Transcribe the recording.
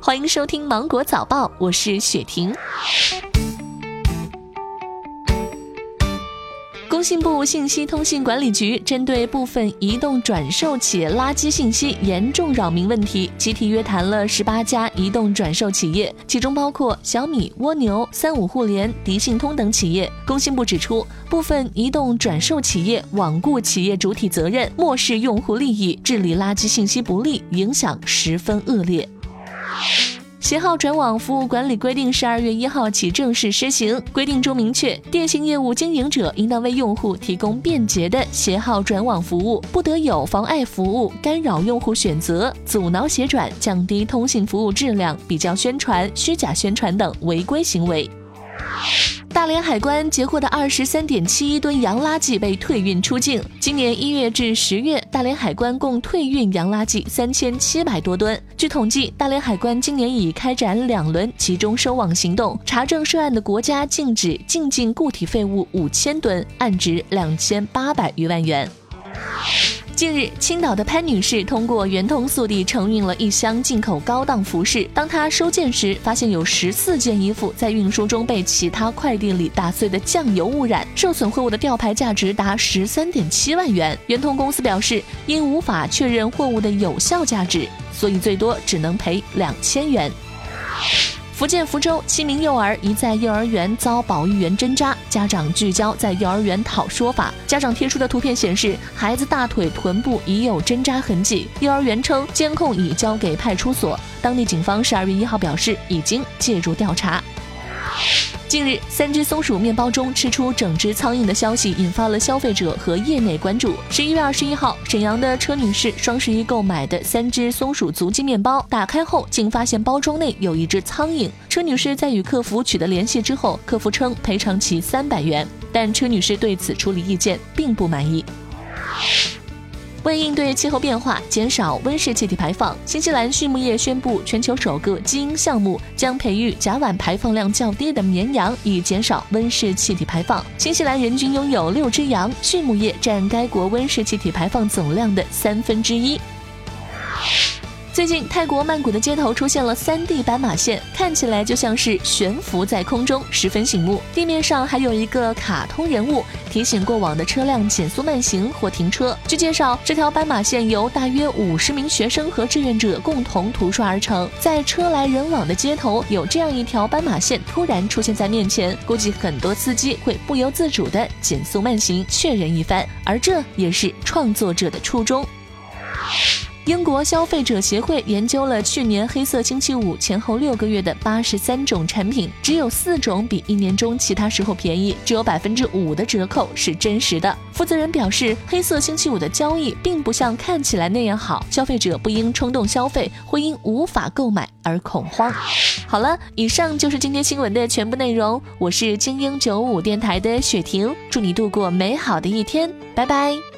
欢迎收听芒果早报，我是雪婷。工信部信息通信管理局针对部分移动转售企业垃圾信息严重扰民问题，集体约谈了18家移动转售企业，其中包括小米、蜗牛、35互联、迪信通等企业。工信部指出，部分移动转售企业罔顾企业主体责任，漠视用户利益，治理垃圾信息不力，影响十分恶劣。携号转网服务管理规定12月1号起正式施行。规定中明确，电信业务经营者应当为用户提供便捷的携号转网服务，不得有妨碍服务、干扰用户选择、阻挠协转、降低通信服务质量、比较宣传、虚假宣传等违规行为。大连海关截获的23.71吨洋垃圾被退运出境。今年1月至10月，大连海关共退运洋垃圾3700多吨。据统计，大连海关今年已开展2轮集中收网行动，查证涉案的国家禁止进境固体废物5000吨，案值2800余万元。近日，青岛的潘女士通过圆通速递承运了一箱进口高档服饰。当她收件时，发现有14件衣服在运输中被其他快递里打碎的酱油污染，受损货物的吊牌价值达13.7万元。圆通公司表示，因无法确认货物的有效价值，所以最多只能赔2000元。福建福州7名幼儿疑在幼儿园遭保育员针扎，家长聚焦在幼儿园讨说法。家长贴出的图片显示，孩子大腿、臀部已有针扎痕迹。幼儿园称，监控已交给派出所。当地警方12月1号表示，已经介入调查。近日，3只松鼠面包中吃出整只苍蝇的消息引发了消费者和业内关注。11月21号，沈阳的车女士双11购买的3只松鼠足迹面包，打开后竟发现包装内有一只苍蝇。车女士在与客服取得联系之后，客服称赔偿其300元，但车女士对此处理意见并不满意。为应对气候变化，减少温室气体排放，新西兰畜牧业宣布全球首个基因项目将培育甲烷排放量较低的绵羊，以减少温室气体排放。新西兰人均拥有6只羊，畜牧业占该国温室气体排放总量的1/3。最近，泰国曼谷的街头出现了3D 斑马线，看起来就像是悬浮在空中，十分醒目。地面上还有一个卡通人物，提醒过往的车辆减速慢行或停车。据介绍，这条斑马线由大约50名学生和志愿者共同涂刷而成。在车来人往的街头，有这样一条斑马线突然出现在面前，估计很多司机会不由自主地减速慢行，确认一番。而这也是创作者的初衷。英国消费者协会研究了去年黑色星期五前后6个月的83种产品，只有4种比1年中其他时候便宜，只有5%的折扣是真实的。负责人表示，黑色星期五的交易并不像看起来那样好，消费者不应冲动消费，会因无法购买而恐慌。好了，以上就是今天新闻的全部内容，我是精英95电台的雪婷，祝你度过美好的一天，拜拜。